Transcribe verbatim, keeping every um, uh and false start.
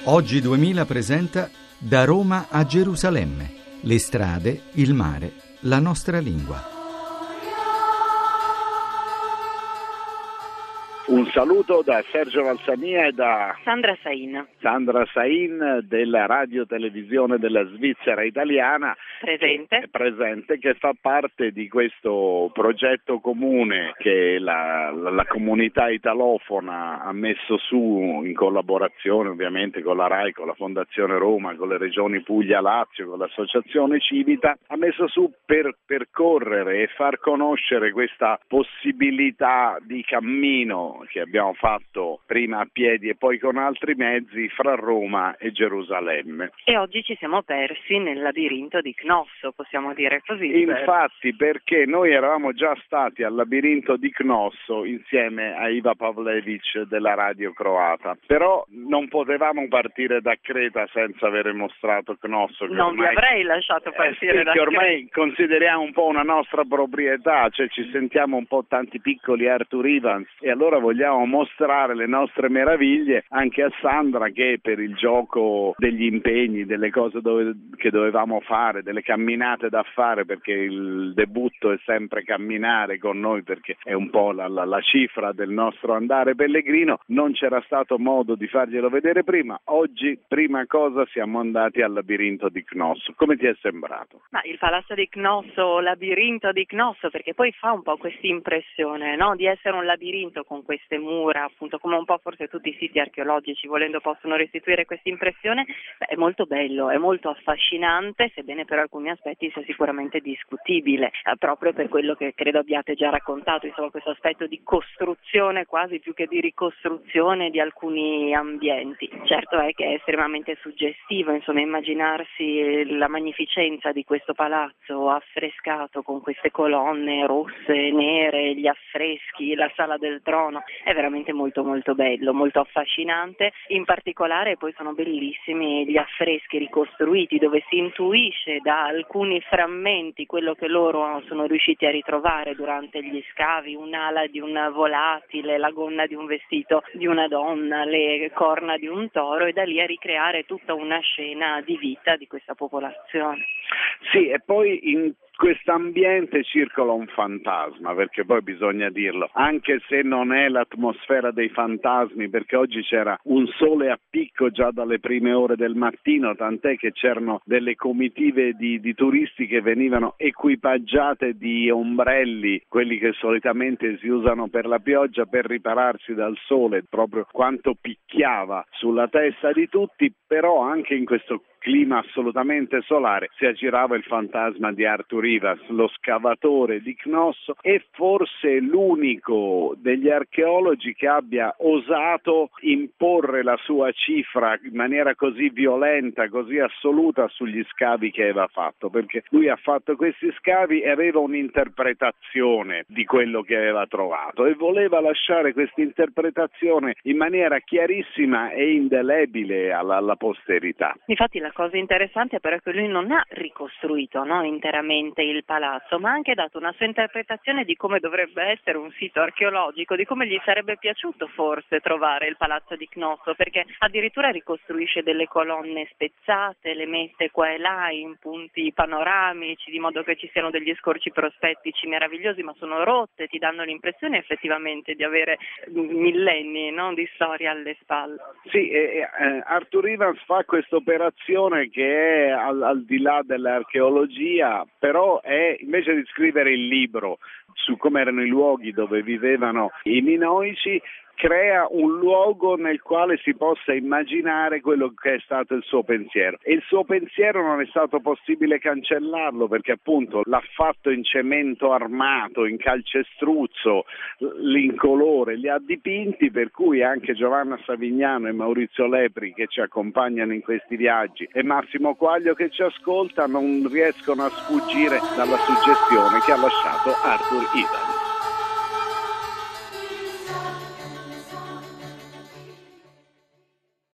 Oggi duemila presenta Da Roma a Gerusalemme. Le strade, il mare, la nostra lingua. Un saluto da Sergio Valsania e da Sandra Sain. Sandra Sain della Radio Televisione della Svizzera Italiana. Presente. Che, presente, che fa parte di questo progetto comune che la, la, la comunità italofona ha messo su in collaborazione ovviamente con la RAI, con la Fondazione Roma, con le regioni Puglia, Lazio, con l'associazione Civita, ha messo su per percorrere e far conoscere questa possibilità di cammino che abbiamo fatto prima a piedi e poi con altri mezzi fra Roma e Gerusalemme. E oggi ci siamo persi nel labirinto di Cnosso, possiamo dire così. Infatti, perché noi eravamo già stati al labirinto di Cnosso insieme a Iva Pavlevic della radio croata, però non potevamo partire da Creta senza avere mostrato Cnosso. Che non ormai, vi avrei lasciato partire eh, da che ormai Creta. Consideriamo un po' una nostra proprietà, cioè ci sentiamo un po' tanti piccoli Arthur Evans e allora vogliamo mostrare le nostre meraviglie anche a Sandra, che per il gioco degli impegni, delle cose dove, che dovevamo fare, delle camminate da fare, perché il debutto è sempre camminare con noi perché è un po' la, la, la cifra del nostro andare pellegrino, non c'era stato modo di farglielo vedere prima. Oggi, prima cosa, siamo andati al labirinto di Cnosso. Come ti è sembrato? Ma il palazzo di Cnosso, labirinto di Cnosso, perché poi fa un po' questa impressione, no? Di essere un labirinto con queste mura, appunto, come un po' forse tutti i siti archeologici volendo possono restituire questa impressione. Beh, è molto bello, è molto affascinante, sebbene per alcuni aspetti sia sicuramente discutibile, eh, proprio per quello che credo abbiate già raccontato, insomma, questo aspetto di costruzione quasi più che di ricostruzione di alcuni ambienti. Certo è che è estremamente suggestivo, insomma, immaginarsi la magnificenza di questo palazzo affrescato con queste colonne rosse, nere, gli affreschi, la sala del trono, è veramente molto molto bello, molto affascinante. In particolare poi sono bellissimi gli affreschi ricostruiti dove si intuisce da alcuni frammenti quello che loro sono riusciti a ritrovare durante gli scavi, un'ala di un volatile, la gonna di un vestito di una donna, le corna di un toro, e da lì a ricreare tutta una scena di vita di questa popolazione. Sì, e poi in quest'ambiente circola un fantasma, perché poi bisogna dirlo, anche se non è l'atmosfera dei fantasmi, perché oggi c'era un sole a picco già dalle prime ore del mattino, tant'è che c'erano delle comitive di, di turisti che venivano equipaggiate di ombrelli, quelli che solitamente si usano per la pioggia, per ripararsi dal sole, proprio quanto picchiava sulla testa di tutti, però anche in questo clima assolutamente solare si aggirava il fantasma di Arthur Evans, lo scavatore di Cnosso, e forse l'unico degli archeologi che abbia osato imporre la sua cifra in maniera così violenta, così assoluta sugli scavi che aveva fatto, perché lui ha fatto questi scavi e aveva un'interpretazione di quello che aveva trovato e voleva lasciare questa interpretazione in maniera chiarissima e indelebile alla, alla posterità. Infatti la cosa interessante però è che lui non ha ricostruito, no, interamente il palazzo, ma ha anche dato una sua interpretazione di come dovrebbe essere un sito archeologico, di come gli sarebbe piaciuto forse trovare il palazzo di Cnosso, perché addirittura ricostruisce delle colonne spezzate, le mette qua e là in punti panoramici, di modo che ci siano degli scorci prospettici meravigliosi, ma sono rotte, ti danno l'impressione effettivamente di avere millenni, no, di storia alle spalle. Sì, eh, eh, Arthur Evans fa questa operazione che è al, al di là dell'archeologia, però è, invece di scrivere il libro su come erano i luoghi dove vivevano i minoici, crea un luogo nel quale si possa immaginare quello che è stato il suo pensiero, e il suo pensiero non è stato possibile cancellarlo perché appunto l'ha fatto in cemento armato, in calcestruzzo, l'incolore, li ha dipinti, per cui anche Giovanna Savignano e Maurizio Lepri, che ci accompagnano in questi viaggi, e Massimo Quaglio che ci ascolta, non riescono a sfuggire dalla suggestione che ha lasciato Arthur Evans.